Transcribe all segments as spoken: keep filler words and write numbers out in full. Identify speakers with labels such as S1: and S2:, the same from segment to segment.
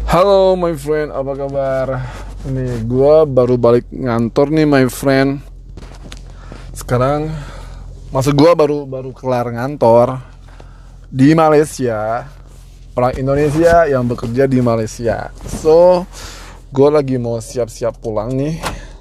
S1: Halo my friend, apa kabar? Nih, gue baru balik ngantor nih my friend. Sekarang, maksud gue baru baru kelar ngantor di Malaysia. Orang Indonesia yang bekerja di Malaysia. So, gue lagi mau siap-siap pulang nih.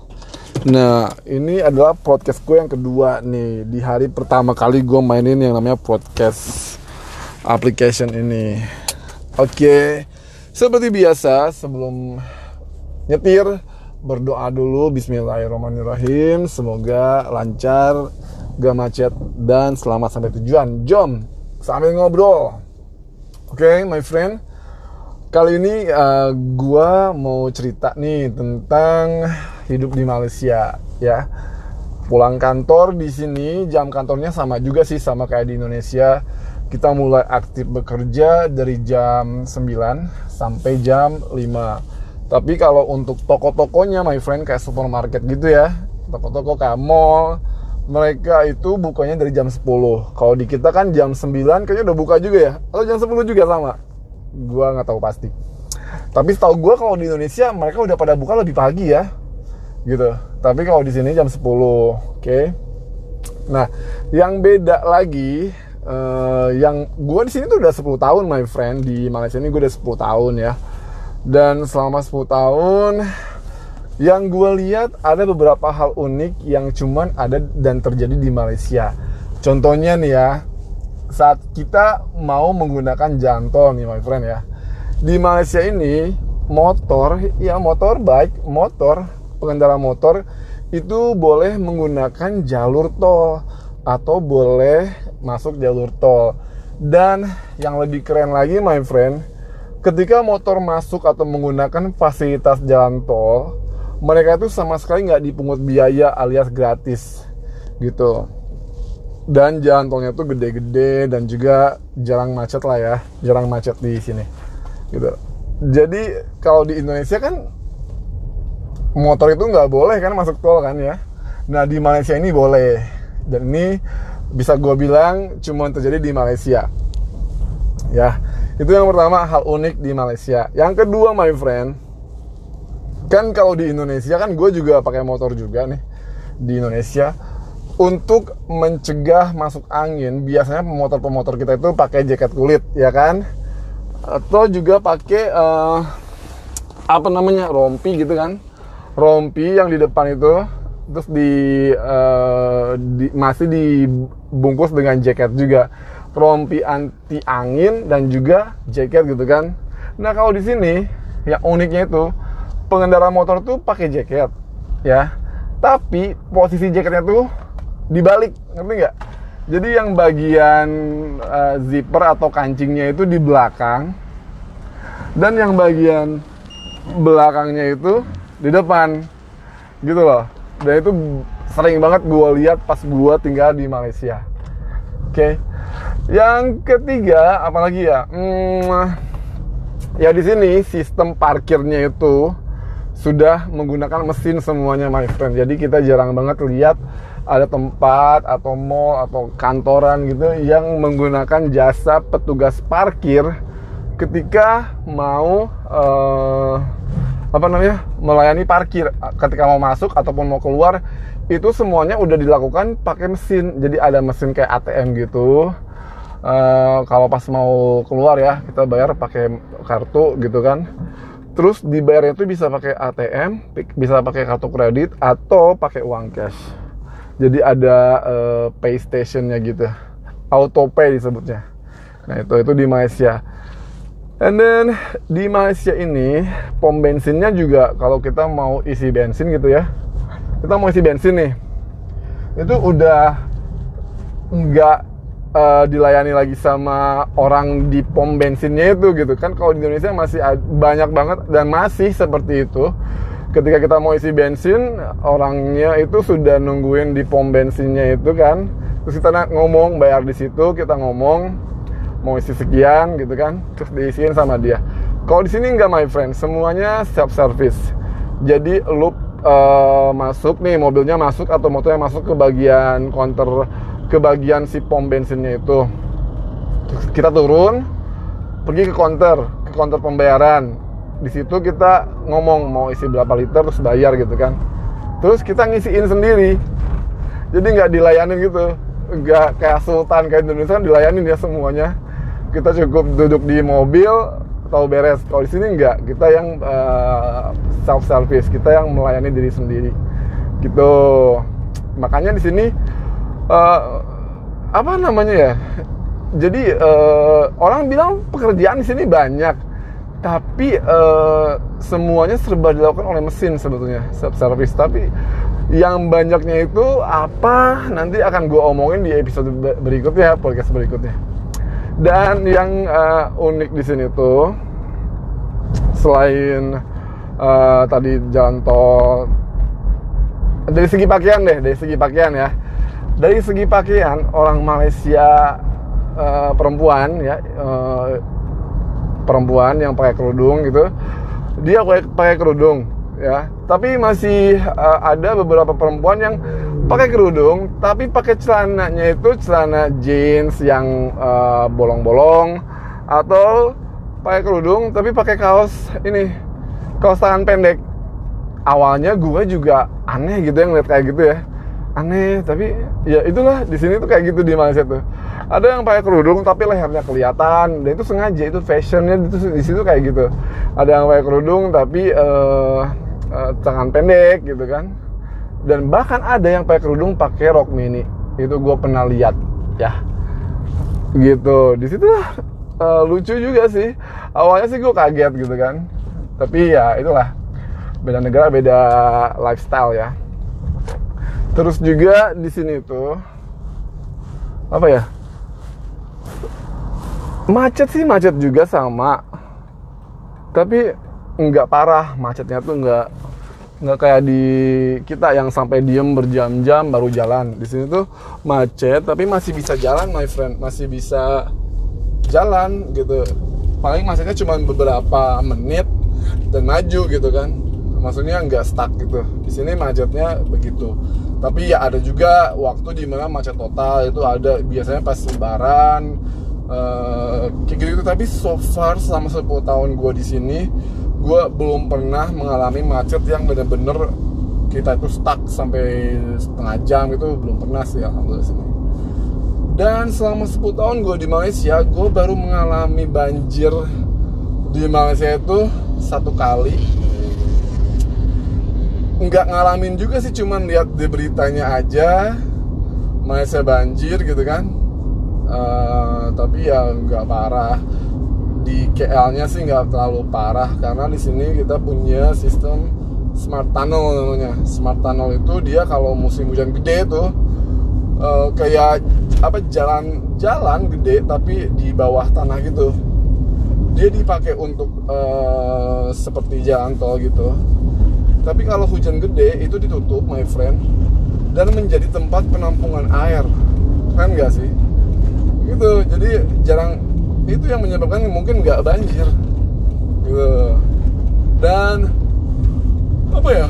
S1: Nah, ini adalah podcast gue yang kedua nih. Di hari pertama kali gue mainin yang namanya podcast application ini. Oke. Okay. Seperti biasa, sebelum nyetir, berdoa dulu. Bismillahirrahmanirrahim. Semoga lancar, gak macet, dan selamat sampai tujuan. Jom, sambil ngobrol. Oke, okay, my friend. Kali ini uh, gue mau cerita nih tentang hidup di Malaysia, ya. Pulang kantor di sini, jam kantornya sama juga sih, sama kayak di Indonesia. Kita mulai aktif bekerja dari jam sembilan sampai jam lima. Tapi kalau untuk toko-tokonya my friend, kayak supermarket gitu ya, toko-toko kayak mall, mereka itu bukanya dari jam sepuluh. Kalau di kita kan jam sembilan kayaknya udah buka juga ya, atau jam sepuluh juga sama. Gua nggak tahu pasti. Tapi setahu gua kalau di Indonesia mereka udah pada buka lebih pagi ya, gitu. Tapi kalau di sini jam sepuluh, oke. Okay? Nah, yang beda lagi. Uh, yang gue di sini tuh udah sepuluh tahun my friend. Di Malaysia ini gue udah sepuluh tahun ya. Dan selama sepuluh tahun yang gue lihat ada beberapa hal unik yang cuman ada dan terjadi di Malaysia. Contohnya nih ya, saat kita mau menggunakan jalan tol nih my friend ya, di Malaysia ini motor, ya motor bike, motor, pengendara motor itu boleh menggunakan jalur tol atau boleh masuk jalur tol. Dan yang lebih keren lagi my friend, ketika motor masuk atau menggunakan fasilitas jalan tol, mereka itu sama sekali nggak dipungut biaya alias gratis gitu. Dan jalan tolnya tuh gede-gede dan juga jarang macet lah ya, jarang macet di sini gitu. Jadi kalau di Indonesia kan motor itu nggak boleh kan masuk tol kan ya. Nah di Malaysia ini boleh. Dan ini bisa gue bilang cuma terjadi di Malaysia. Ya, itu yang pertama, hal unik di Malaysia. Yang kedua my friend, kan kalau di Indonesia kan gue juga pakai motor juga nih di Indonesia. Untuk mencegah masuk angin, biasanya pemotor-pemotor kita itu pakai jaket kulit, ya kan? Atau juga pakai uh, apa namanya, rompi gitu kan? Rompi yang di depan itu terus di, uh, di masih dibungkus dengan jaket juga, rompi anti angin dan juga jaket gitu kan. Nah kalau di sini yang uniknya itu pengendara motor tuh pakai jaket ya, tapi posisi jaketnya tuh dibalik, ngerti nggak? Jadi yang bagian uh, zipper atau kancingnya itu di belakang, dan yang bagian belakangnya itu di depan gitu loh. Dan itu sering banget gue lihat pas gue tinggal di Malaysia. Oke. Okay. Yang ketiga, apalagi ya? Hmm, ya di sini sistem parkirnya itu sudah menggunakan mesin semuanya, my friend. Jadi kita jarang banget lihat ada tempat atau mall atau kantoran gitu yang menggunakan jasa petugas parkir ketika mau uh, apa namanya melayani parkir. Ketika mau masuk ataupun mau keluar, itu semuanya udah dilakukan pakai mesin. Jadi ada mesin kayak A T M gitu. Uh, kalau pas mau keluar ya, kita bayar pakai kartu gitu kan. Terus dibayarnya itu bisa pakai A T M, bisa pakai kartu kredit atau pakai uang cash. Jadi ada uh, pay stationnya gitu, auto pay disebutnya. Nah itu itu di Malaysia. And then di Malaysia ini pom bensinnya juga, kalau kita mau isi bensin gitu ya, kita mau isi bensin nih, itu udah nggak uh, dilayani lagi sama orang di pom bensinnya itu gitu kan. Kalau di Indonesia masih banyak banget dan masih seperti itu. Ketika kita mau isi bensin, orangnya itu sudah nungguin di pom bensinnya itu kan. Terus kita ngomong, bayar di situ, kita ngomong mau isi sekian gitu kan, terus diisiin sama dia. Kalau di sini enggak my friend, semuanya self service. Jadi lu uh, masuk nih, mobilnya masuk atau motornya masuk ke bagian counter, ke bagian si pom bensinnya itu. Terus kita turun, pergi ke counter, ke counter pembayaran. Di situ kita ngomong mau isi berapa liter terus bayar gitu kan. Terus kita ngisiin sendiri. Jadi nggak dilayanin gitu. Nggak kayak Sultan kayak Indonesia kan dilayanin ya semuanya. Kita cukup duduk di mobil tahu beres. Kalau di sini nggak, kita yang uh, self service, kita yang melayani diri sendiri. Gitu. Makanya di sini uh, apa namanya ya? Jadi uh, orang bilang pekerjaan di sini banyak. Tapi uh, semuanya serba dilakukan oleh mesin sebetulnya, self service. Tapi yang banyaknya itu apa nanti akan gue omongin di episode berikutnya, podcast berikutnya. Dan yang uh, unik di sini tuh selain uh, tadi jalan tol, dari segi pakaian deh, dari segi pakaian ya, dari segi pakaian orang Malaysia uh, perempuan ya. Uh, perempuan yang pakai kerudung gitu, dia pakai, pakai kerudung ya. Tapi masih uh, ada beberapa perempuan yang pakai kerudung tapi pakai celananya itu celana jeans yang uh, bolong-bolong, atau pakai kerudung tapi pakai kaos ini, kaos tangan pendek. Awalnya gue juga aneh gitu yang ngeliat kayak gitu ya, aneh. Tapi ya itulah, di sini tuh kayak gitu di Malaysia tuh. Ada yang pakai kerudung tapi lehernya kelihatan, dan itu sengaja, itu fashionnya itu di situ kayak gitu. Ada yang pakai kerudung tapi uh, uh, tangan pendek gitu kan. Dan bahkan ada yang pakai kerudung pakai rok mini. Itu gue pernah lihat ya. Gitu. Di situ uh, lucu juga sih. Awalnya sih gue kaget gitu kan. Tapi ya itulah, beda negara beda lifestyle ya. Terus juga di sini tuh apa ya? Macet sih, macet juga sama. Tapi nggak parah macetnya tuh, nggak nggak kayak di kita yang sampai diem berjam-jam baru jalan. Di sini tuh macet tapi masih bisa jalan my friend, masih bisa jalan gitu. Paling macetnya cuma beberapa menit dan maju gitu kan. Maksudnya nggak stuck gitu. Di sini macetnya begitu. Tapi ya ada juga waktu di mana macet total, itu ada biasanya pas lebaran. Uh, kayak gitu, tapi so far selama sepuluh tahun gue di sini, gue belum pernah mengalami macet yang bener-bener kita itu stuck sampai setengah jam gitu, belum pernah sih alhamdulillah sini. Dan selama sepuluh tahun gue di Malaysia, gue baru mengalami banjir di Malaysia itu satu kali. Nggak ngalamin juga sih, cuman lihat di beritanya aja Malaysia banjir gitu kan. Uh, tapi ya nggak parah. Di K L-nya sih nggak terlalu parah karena di sini kita punya sistem smart tunnel namanya. Smart tunnel itu dia kalau musim hujan gede tuh uh, kayak apa jalan-jalan gede tapi di bawah tanah gitu. Dia dipakai untuk uh, seperti jalan tol gitu. Tapi kalau hujan gede itu ditutup my friend, dan menjadi tempat penampungan air. Kan nggak sih? Gitu, jadi jarang, itu yang menyebabkan mungkin nggak banjir gitu. Dan apa ya,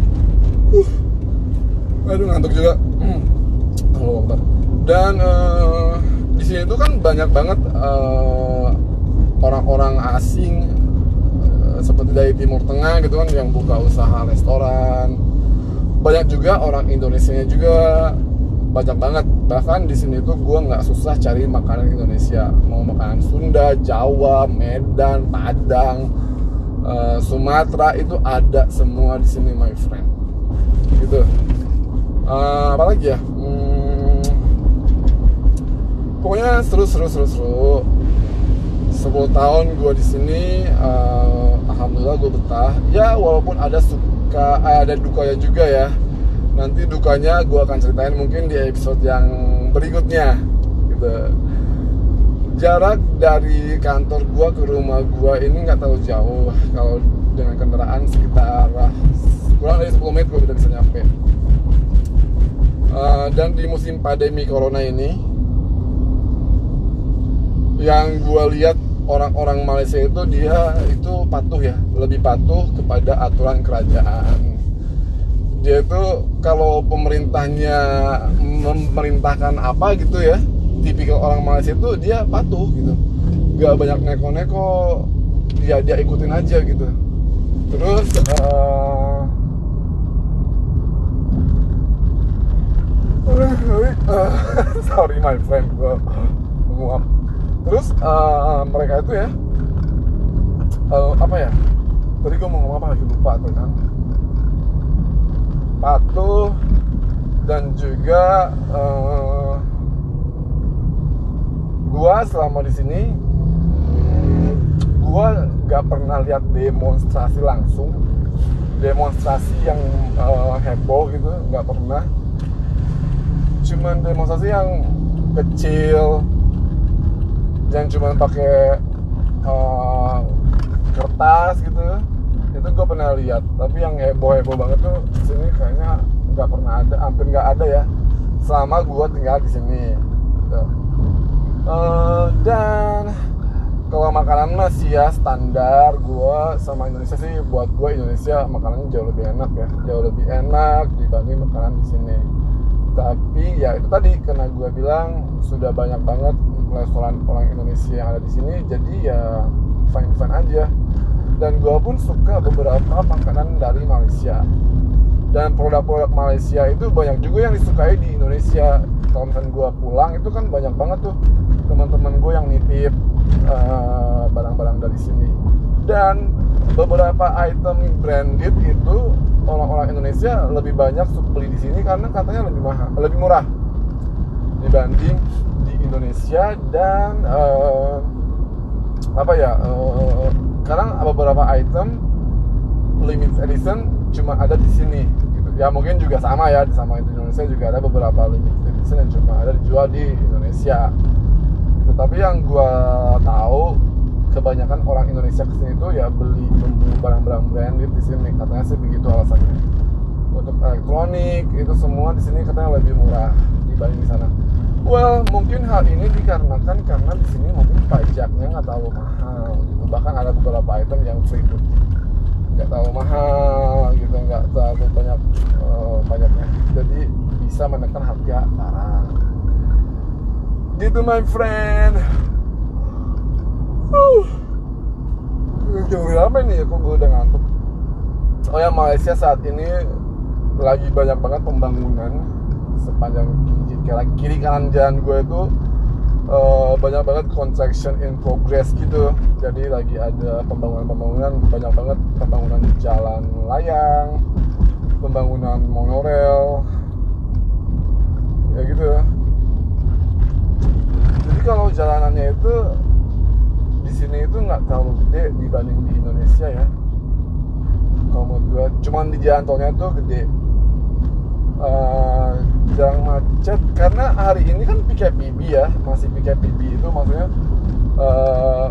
S1: uh, aduh ngantuk juga. hmm. Dan uh, di sini tuh kan banyak banget uh, orang-orang asing uh, seperti dari Timur Tengah gitu kan yang buka usaha restoran. Banyak juga orang Indonesianya juga, banyak banget. Bahkan di sini tuh gue nggak susah cari makanan Indonesia, mau makanan Sunda, Jawa, Medan, Padang, uh, Sumatera, itu ada semua di sini my friend. Gitu. Uh, apa lagi ya? Hmm, pokoknya seru seru seru seru. sepuluh tahun gue di sini, uh, alhamdulillah gue betah. Ya walaupun ada suka, ada dukanya juga ya. Nanti dukanya gue akan ceritain mungkin di episode yang berikutnya gitu. Jarak dari kantor gue ke rumah gue ini nggak terlalu jauh. Kalau dengan kendaraan sekitar kurang dari sepuluh menit gue udah bisa nyampe. uh, Dan di musim pandemi corona ini, yang gue lihat orang-orang Malaysia itu dia itu patuh ya, lebih patuh kepada aturan kerajaan. Dia itu kalau pemerintahnya memerintahkan apa gitu ya, tipikal orang Malaysia itu dia patuh gitu, gak banyak neko-neko. dia dia ikutin aja gitu. Terus uh, uh, sorry my friend, gue menguap. Terus uh, mereka itu ya uh, apa ya, tadi gue mau ngomong apa lagi lupa tuh kan, patuh dan juga uh, gue selama di sini gue nggak pernah lihat demonstrasi langsung, demonstrasi yang uh, heboh gitu, nggak pernah. Cuman demonstrasi yang kecil, yang cuman pakai uh, kertas gitu, itu gue pernah lihat. Tapi yang heboh-heboh banget tuh di sini kayaknya nggak pernah ada, hampir nggak ada ya, selama gue tinggal di sini. Gitu. Uh, dan kalau makanan masih ya standar, gue sama Indonesia sih, buat gue Indonesia makanannya jauh lebih enak ya, jauh lebih enak dibanding makanan di sini. Tapi ya itu tadi, karena gue bilang sudah banyak banget restoran orang Indonesia yang ada di sini, jadi ya fine fine aja. Dan gue pun suka beberapa makanan dari Malaysia, dan produk-produk Malaysia itu banyak juga yang disukai di Indonesia. Kalau misalnya gue pulang itu kan banyak banget tuh teman-teman gue yang nitip uh, barang-barang dari sini. Dan beberapa item branded itu orang-orang Indonesia lebih banyak beli di sini karena katanya lebih mahal, lebih murah dibanding di Indonesia. Dan uh, apa ya, uh, sekarang beberapa item limited edition cuma ada di sini gitu. Ya mungkin juga sama ya, sama itu Indonesia juga ada beberapa limited edition yang cuma ada dijual di Indonesia gitu. Tapi yang gua tahu kebanyakan orang Indonesia kesini tuh ya beli membeli barang-barang branded di sini, katanya sih begitu alasannya. Untuk elektronik itu semua di sini katanya lebih murah dibanding di sana. Well, mungkin hal ini dikarenakan karena di sini mungkin pajaknya nggak terlalu mahal gitu. Bahkan ada beberapa item yang free tuh, nggak terlalu mahal gitu, nggak terlalu banyak uh, pajaknya, jadi bisa menekan harga barang gitu my friend. Uh, jam berapa nih ya, kok gue udah ngantuk. Oh ya, Malaysia saat ini lagi banyak banget pembangunan sepanjang kiri, kiri kanan jalan gue itu uh, banyak banget construction in progress gitu. Jadi lagi ada pembangunan-pembangunan, banyak banget pembangunan jalan layang, pembangunan monorail, ya gitu. Jadi kalau jalanannya itu di sini itu nggak terlalu gede dibanding di Indonesia ya. Kalau menurut gue, cuman di jalan tolnya tuh gede, uh, jarang macet karena hari ini kan P K P B ya, masih P K P B itu maksudnya uh,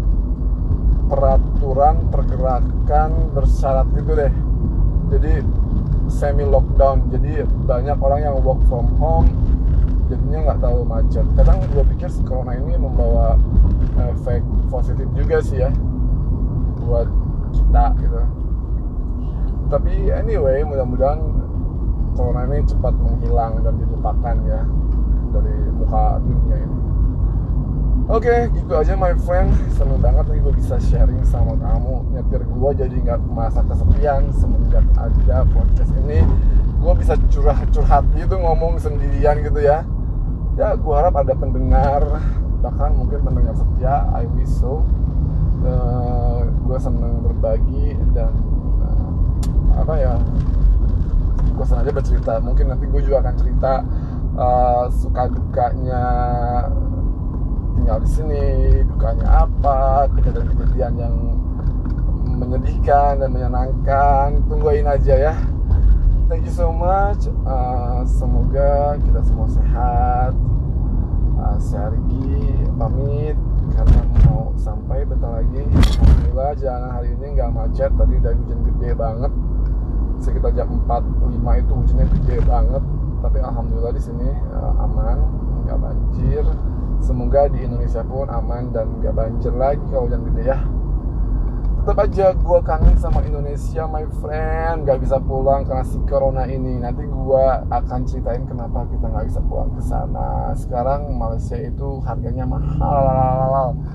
S1: peraturan pergerakan bersyarat gitu deh. Jadi semi lockdown, jadi banyak orang yang work from home, jadinya nggak terlalu macet. Kadang gue pikir corona ini membawa efek positif juga sih ya buat kita gitu. Tapi anyway, mudah-mudahan corona ini cepat menghilang dan dilupakan ya dari muka dunia ini. Oke, okay, gitu aja my friend. Seneng banget nih gue bisa sharing sama kamu. Nyetir gue jadi nggak merasa kesepian semenjak ada podcast ini. Gue bisa curhat-curhat gitu, ngomong sendirian gitu ya. Ya gue harap ada pendengar, bahkan mungkin pendengar setia. I wish so. uh, Gue seneng berbagi dan uh, apa ya, gue senang aja bercerita. Mungkin nanti gue juga akan cerita uh, suka dukanya tinggal di sini, dukanya apa, kejadian-kejadian yang menyedihkan dan menyenangkan. Tungguin aja ya. Thank you so much. Uh, semoga kita semua sehat. Uh, saya Riki pamit karena mau sampai bentar lagi. Alhamdulillah jalanan hari ini nggak macet. Tadi udah hujan gede banget. Sekitar jam empat lima itu hujannya gede banget. Tapi alhamdulillah di sini uh, aman, nggak banjir. Semoga di Indonesia pun aman dan nggak banjir lagi kalau hujan gede ya. Tetap aja gue kangen sama Indonesia my friend, nggak bisa pulang karena si corona ini. Nanti gue akan ceritain kenapa kita nggak bisa pulang ke sana. Sekarang Malaysia itu harganya mahal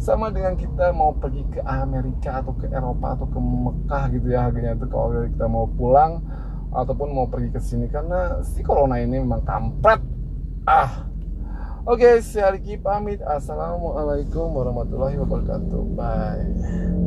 S1: sama dengan kita mau pergi ke Amerika atau ke Eropa atau ke Mekah gitu ya, harganya itu kalau kita mau pulang ataupun mau pergi ke sini, karena si corona ini memang kampret. Ah, oke, saya Riki pamit. Assalamualaikum warahmatullahi wabarakatuh. Bye.